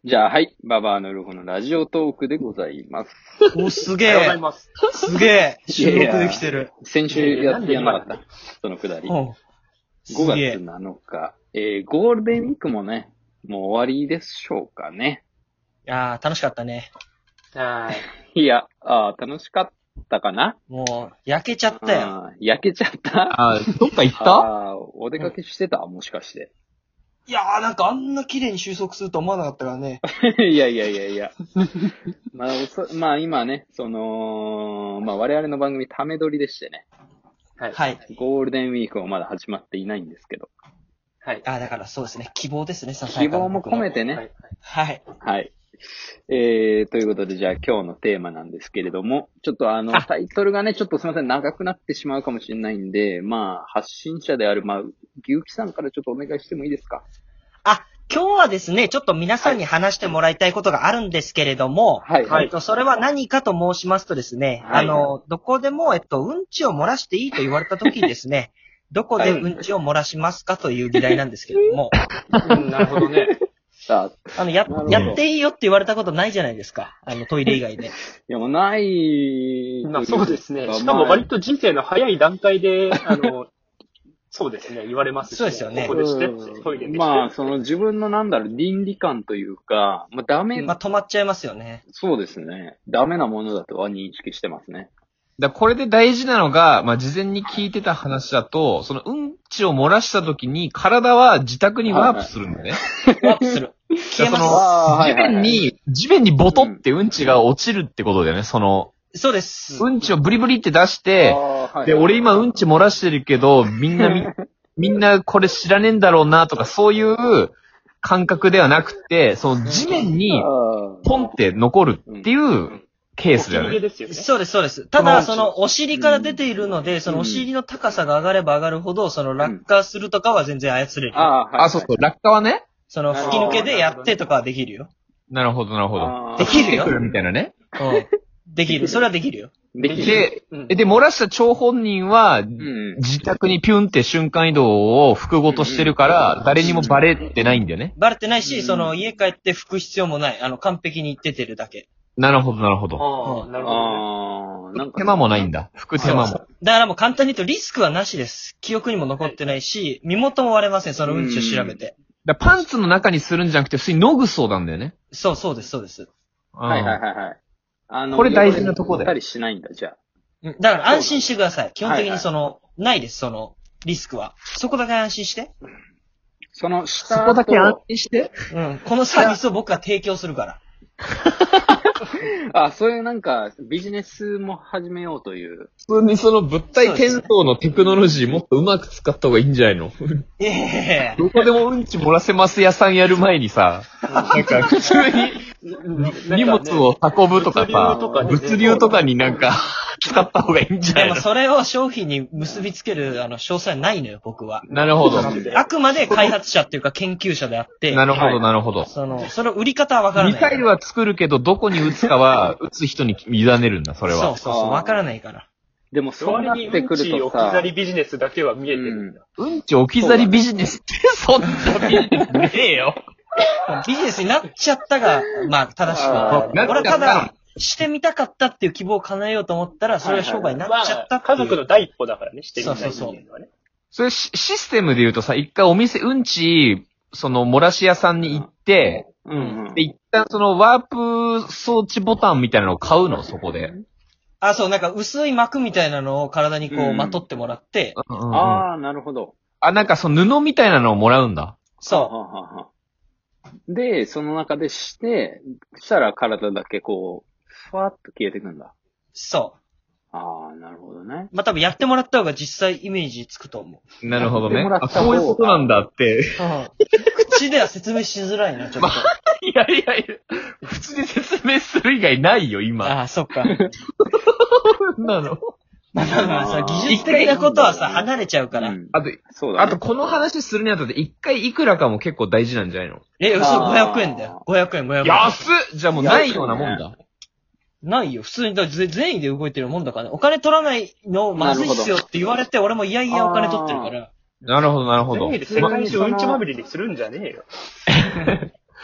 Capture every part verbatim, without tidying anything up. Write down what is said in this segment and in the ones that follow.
じゃあ、はい。ババアのロゴのラジオトークでございます。 お、すげえ。 おはようございます。 すげえ。収録できてる。 先週やってやんなかった。そのくだり。ごがつなのか。えー、ゴールデンウィークもね、もう終わりでしょうかね。 いやー、楽しかったね。 はい。 いや、あー楽しかったかな。 もう、焼けちゃったよ。 あ焼けちゃったあーどっか行ったあお出かけしてた、うん、もしかして。 いやー、なんかあんな綺麗に収束すると思わなかったからね。 いやいやいやいや。まあ、まあ今ね、その、まあ我々の番組ため撮りでしてね。 はい。はい。 ゴールデンウィークはまだ始まっていないんですけど。 はい。あ、だからそうですね。希望ですね、 希望も込めてね。 はい。 はい。えー、ということで、じゃあ今日のテーマなんですけれども、ちょっとあの、タイトルがね、ちょっとすみません、長くなってしまうかもしれないんで、まあ、発信者である、まあ、牛木さんからちょっとお願いしてもいいですか？ あ、今日はですね、ちょっと皆さんに話してもらいたいことがあるんですけれども、 はい。はい。 えっと、それは何かと申しますとですね、はい、あの、どこでも、えっと、うんちを漏らしていいと言われたときにですね、どこでうんちを漏らしますかという議題なんですけれども。 うん、なるほどね。 あの、や、やっていいよって言われたことないじゃないですか。あの、トイレ以外で。 いや、もうない。 まあ、そうですね。しかも割と人生の早い段階で、あの、そうですね、言われますし、ね。 そうですよね。 ここでして、トイレでして。 まあ、その自分のなんだろう、倫理観というか、まあダメ。 まあ、止まっちゃいますよね。 そうですね。ダメなものだとは認識してますね。 だこれで大事なのが、まあ、事前に聞いてた話だと、そのうんちを漏らした時に体は自宅にワープするんだね。 ワープする。消えます。 その、地面に、地面にボトってうんちが落ちるってことだよね、その。 そうです。 うんちをブリブリって出して、で、俺今うんち漏らしてるけど、みんなみ、みんなこれ知らねえんだろうなとか、そういう感覚ではなくて、その地面にポンって残るっていうケースだよね。 そうです、そうです。ただ、そのお尻から出ているので、そのお尻の高さが上がれば上がるほど、その落下するとかは全然操れる。 ああ、 あ、そうそう、落下はね。 その吹き抜けでやってとかはできるよ。 なるほど、なるほど。 できるよ。 みたいなね。 うん。できる。それはできるよ。 できる。 で、うん、で、漏らした張本人は、うん、自宅にピュンって瞬間移動を複ごとしてるから、うん、誰にもバレてないんだよね。 バレてないし、うん、その、家帰って拭く必要もない。あの、完璧に出てるだけ。 なるほど、なるほど。 ああ、なるほど、 ね。なんか手間もないんだ。拭く手間も。 だからもう簡単に言うとリスクはなしです。記憶にも残ってないし、身元も割れません、そのうんちを調べて。 だパンツの中にするんじゃなくて、普通にノグソなんだよね。 そう、そうです、そうです。 はいはいはいはい。あの、 これ大事なとこだよ。 たりしないんだ、じゃあ。 だから安心してください。基本的にその、はいはい、ないです、その、リスクは。そこだけ安心して。 その下、 そこだけ安心して。 うん。このサービスを僕が提供するから。 あ、そういうなんか、ビジネスも始めようという。 普通にその物体転送のテクノロジーもっとうまく使った方がいいんじゃないの？ いやいやいや。 どこでもうんち漏らせます屋さんやる前にさ、なんか普通に荷物を運ぶとかさ、物流とかになんか使った方がいいんじゃないの？ でもそれを商品に結びつけるあの詳細はないのよ、僕は。 なるほど。 あくまで開発者っていうか研究者であって。 なるほど、なるほど。 その、その売り方はわからない。 ミサイルは作るけど、どこに撃つかは、撃つ人に委ねるんだ、それは。 そうそうそう、わからないから。 でも、そうなってくるとさ。 うんち置き去りビジネスだけは見えてるんだ。 うん、うんち置き去りビジネスってそんなビジネスねえよ。 ビジネスになっちゃったが、まあ、正しくは。俺はただ、してみたかったっていう希望を叶えようと思ったら、それは商売になっちゃったっていう。 家族の第一歩だからね、してみたいっていうのはね。 そうそうそう。 それシステムで言うとさ、一回お店、うんち、その、漏らし屋さんに行って、 うんうん、 で、一旦その、ワープ装置ボタンみたいなのを買うの、そこで。 あ、そう、なんか薄い膜みたいなのを体にこう、うん、まとってもらって。 うんうんうん、ああ、なるほど。 あ、なんかその布みたいなのをもらうんだ。 そう。 で、その中でして、したら体だけこう、ふわっと消えていくんだ。 そう。 ああ、なるほどね。 まあ、多分やってもらった方が実際イメージつくと思う。なるほどね。あ、そういうことなんだって。うん、 口では説明しづらいな、ちょっと。まあ、 いやいやいや、口で説明する以外ないよ、今。 ああ、そっか。 なの。 まあまあまあさ、技術的なことはさ、離れちゃうから。うん、 あと、そうだね、あとこの話するにあたって一回いくらかも結構大事なんじゃないの？ え、嘘、ごひゃくえんだよ。ごひゃくえん、ごひゃくえん。 安っ！じゃあもうないようなもんだ。 ないよ。普通に、だ善意で動いてるもんだからね。お金取らないのまずいっすよって言われて、俺もいやいやお金取ってるから。 なるほど、なるほど。 善意で世界中うんちまみれにするんじゃねえよ。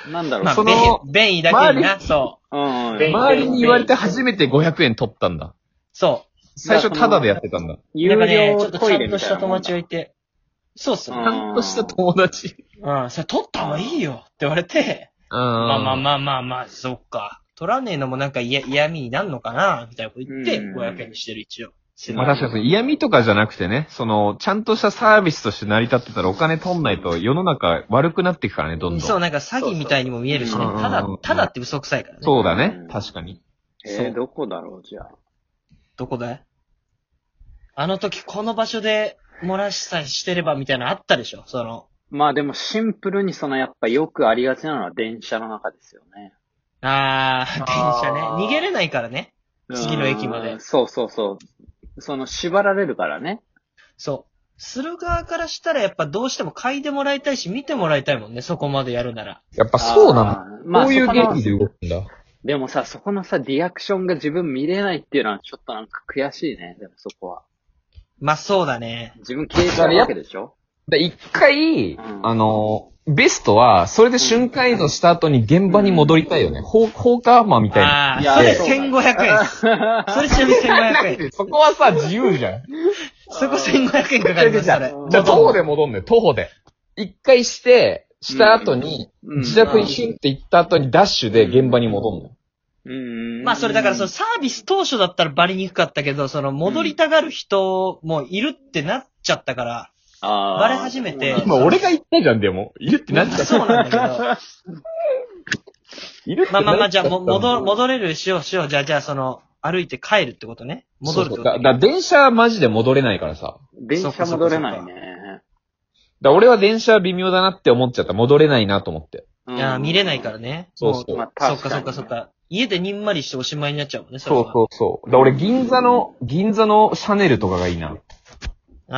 なんだろう、 まあ、 その、 便、便意だけにな、そう。 うん、 周りに言われて初めてごひゃくえん取ったんだ。 そう。 最初タダでやってたんだ。 有なんかね、ちょ料っとちゃんとした友トイレみたいなもんだ。 達がいて、そうっすね。 ちゃんとした友達。 うん、それ取った方がいいよって言われて、 うん。 まあまあまあまあまあ、そっか。取らねえのもなんか嫌、嫌味になるのかなみたいなこと言って、 うんごひゃくえんにしてる一応。 まあ確かにその嫌味とかじゃなくてね、その、ちゃんとしたサービスとして成り立ってたらお金取んないと世の中悪くなっていくからね、どんどん。 そう、なんか詐欺みたいにも見えるしね。 そうそうただうん、 ただって嘘くさいからね。 そうだねう。ん確かに。 えー、 そうどこだろう、じゃあ。 どこだい？あの時この場所で漏らしさえしてればみたいなのあったでしょその。 まあでもシンプルにそのやっぱよくありがちなのは電車の中ですよね。 あー、電車ね。 あー逃げれないからね。次の駅までうんそうそうそう。その縛られるからね。 そう。する側からしたらやっぱどうしても嗅いでもらいたいし見てもらいたいもんね。そこまでやるなら。 やっぱそうなの。 あーまあこういうそこの原理で動くんだ。 でもさ、そこのさ、リアクションが自分見れないっていうのはちょっとなんか悔しいね。でもそこは。 まあそうだね。 自分消えちゃうわけでしょ？ で一回、 うんあの、ベストは、それで瞬間移動した後に現場に戻りたいよね。放放火魔みたいな。 あー、 いやそれそうだせんごひゃくえんです。それちなみにせんごひゃくえん。 そこはさ、自由じゃん。 そこせんごひゃくえんかかります、それ。 うんじゃあ、徒歩で戻んね徒歩で。一回して、した後に、 うん自宅にヒュンって行った後にダッシュで現場に戻んのよ。 うん。 まあそれだからそのサービス当初だったらバリにくかったけど、その戻りたがる人もいるってなっちゃったから、 あーバレ始めて今俺が言ったじゃん、でも。いるってなっちゃった。 そうなんだいるってけど。まあまあまあ、じゃあもも戻、戻れるしようしよう。じゃあじゃあその、歩いて帰るってことね。戻るってことだ、だ電車はマジで戻れないからさ。 電車戻れないね。 だ俺は電車は微妙だなって思っちゃった。戻れないなと思って。 うんいや、見れないからね。 そうそうもまあそっかそ確かにねっかそっか。家でにんまりしておしまいになっちゃうもんね、それは。 そうそうそう。だ俺銀座の、銀座のシャネルとかがいいな。 あ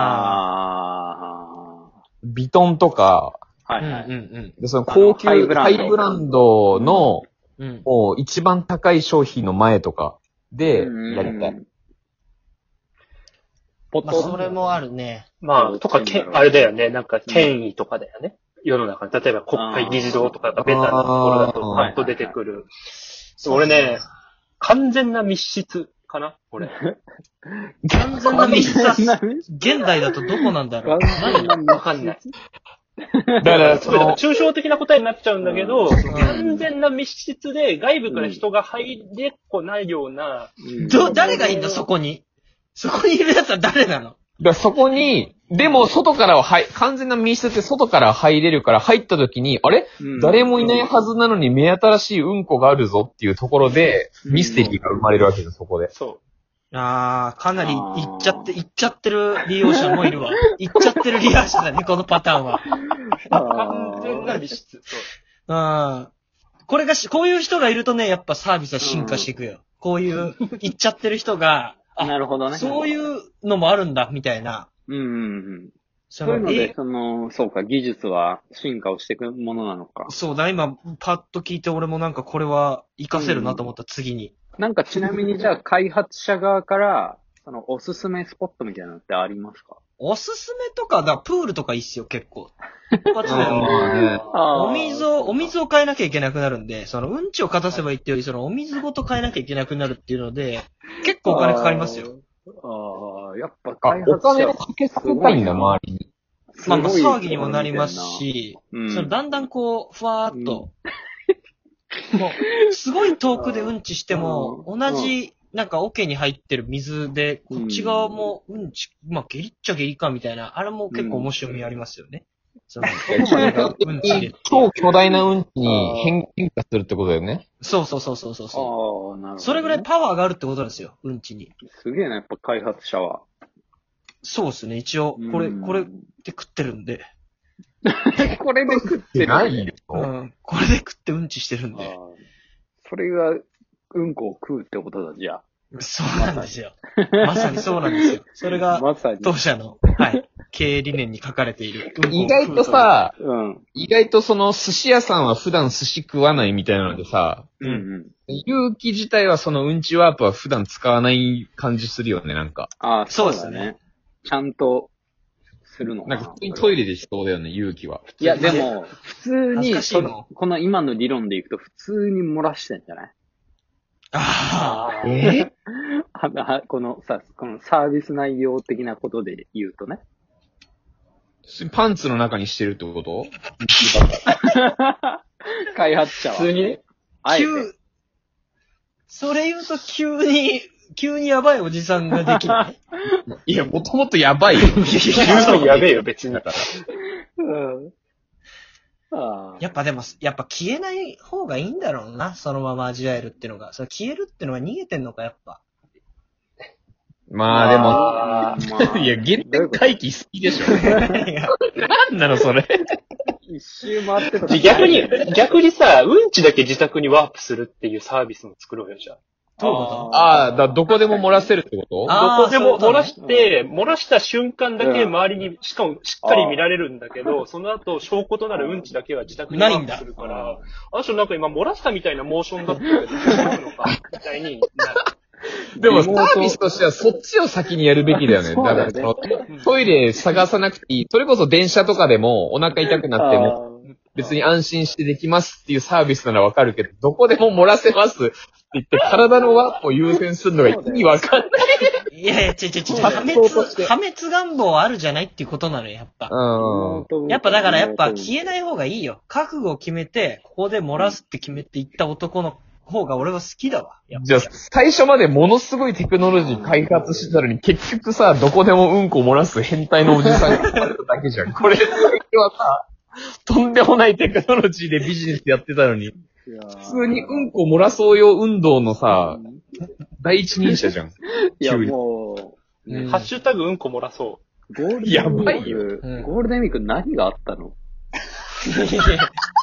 あビトンとか、 あ。 あ。うんはいはい。 うんうん。 でその高級あのハイブランドハイブランドの、 うん。 もう一番高い商品の前とかでうんやりたい。 まあそれもあるね。 まあ、とか、けあれだよね。なんか、権威とかだよね。世の中に。例えば、国会議事堂とかがベタなところだと、 あーパッと出てくる。俺ね、完全な密室かな俺。 完全な密室は、現代だとどこなんだろう。 何わかんない。 だから、その、 抽象的な答えになっちゃうんだけど、完全な密室で外部から人が入れっこないような、 ど、誰がいんのそこに。そこにいる奴は誰なの？ だからそこに、でも外からは入、完全な密室って外から入れるから入った時に、あれ、 うん誰もいないはずなのに目新しいうんこがあるぞっていうところで、ミステリーが生まれるわけです、そこで。 そああ、かなり行っちゃって、行っちゃってる利用者もいるわ。行っちゃってる利用者だね、このパターンは。 う。完全な密室。そううん。これがし、こういう人がいるとね、やっぱサービスは進化していくよ。こういう、行っちゃってる人が、あ、 なるほどね。 そういうのもあるんだ、みたいな。 うんうんうん。 そそういうのでえ、 その、そうか、技術は進化をしていくものなのか。 そうだ、今、パッと聞いて俺もなんかこれは活かせるなと思った、次に。 なんかちなみにじゃあ開発者側から、そのおすすめスポットみたいなのってありますか？ おすすめとか、だ、プールとかいいっすよ、結構。一発であーお水を、お水を変えなきゃいけなくなるんで、そのうんちを勝たせばいいってより、そのお水ごと変えなきゃいけなくなるっていうので、結構お金かかりますよ。 ああ、やっぱあ開、発者お金をかけさせたいんだ、周りに。 まあまあすごい騒ぎにもなりますし、 うんそのだんだんこう、ふわーっと、もう、すごい遠くでうんちしても、 うん同じ、なんか桶に入ってる水で、こっち側もうんち、まあ、下痢っちゃ下痢かみたいな、あれも結構面白みありますよね。その、どこまでがうんちで。 超巨大なうんちに変変化するってことだよね。 そうそうそうそうそうそああ、なるほどね。 う。それぐらいパワーがあるってことですよ、うんちに。 すげえな、やっぱ開発者は。 そうですね、一応、これ、 うんこれで食ってるんで。 これで食ってる。 ないよ。 うん。これで食ってうんちしてるんで。 あーそれが、うんこを食うってことだ、じゃそうなんですよ。まさにそうなんですよ。それあ。 が、 まさに。 当社の、はい、経営理念に書かれている。 意外とさ、 うん。 意外とその寿司屋さんは普段寿司食わないみたいなのでさ、 うんうん。 勇気自体はそのうんちワープは普段使わない感じするよね、なんか。 ああ、 そそううだですねね。ちゃんと、 するのかな。 なんか普通にトイレでしそうだよね、勇気は。 いや、でも、普通に恥ずかしいのこの今の理論でいくと普通に漏らしてんじゃないああ。 えあのこのさ、このサービス内容的なことで言うとね。 パンツの中にしてるってこと開発者は。 普通にね。 あえて急、それ言うと急に、急にやばいおじさんができない。 いや、もともとやばいよ。 十分やべえよ、別に。 だから。 うん。ああ。 やっぱでも、やっぱ消えない方がいいんだろうな。そのまま味わえるってのが。それ消えるってのが逃げてんのか、やっぱ。 まあでも、 あーまあいや、原点回帰好きでしょ。 いやなんなの、それ。 一周回ってた。 逆に、逆にさ、うんちだけ自宅にワープするっていうサービスも作ろうよ、じゃあ。 どういうことああ、だどこでも漏らせるってことあーどこでもそういうことね漏らして、漏らした瞬間だけ周りに、しかもしっかり見られるんだけど、その後、証拠となるうんちだけは自宅にワープするから、あの人なんか今漏らしたみたいなモーションだったけど、どうなのか、みたいになる。 でも、サリモートービスとしてはそっちを先にやるべきだよね。 そうだよねだからその、トイレ探さなくていい。それこそ電車とかでもお腹痛くなっても、別に安心してできますっていうサービスならわかるけど、どこでも漏らせますって言って体のワープを優先するのが意味わかんない。 いやいや、ちょちょちょ、 そう破滅、 そうとして破滅願望あるじゃないっていうことなのよ、やっぱ。 うん。 やっぱだからやっぱ消えない方がいいよ。覚悟を決めて、ここで漏らすって決めていった男の方が俺は好きだわ。やっぱじゃあ、最初までものすごいテクノロジー開発してたのに、結局さ、どこでもうんこ漏らす変態のおじさんが生まれただけじゃん。これ、最初はさ、とんでもないテクノロジーでビジネスやってたのに、普通にうんこ漏らそうよ運動のさ、第一人者じゃん。 いや、 急にもう、ね、 ハッシュタグうんこ漏らそゴールデンウィーク、 やばいようんゴールデンウィーク何があったの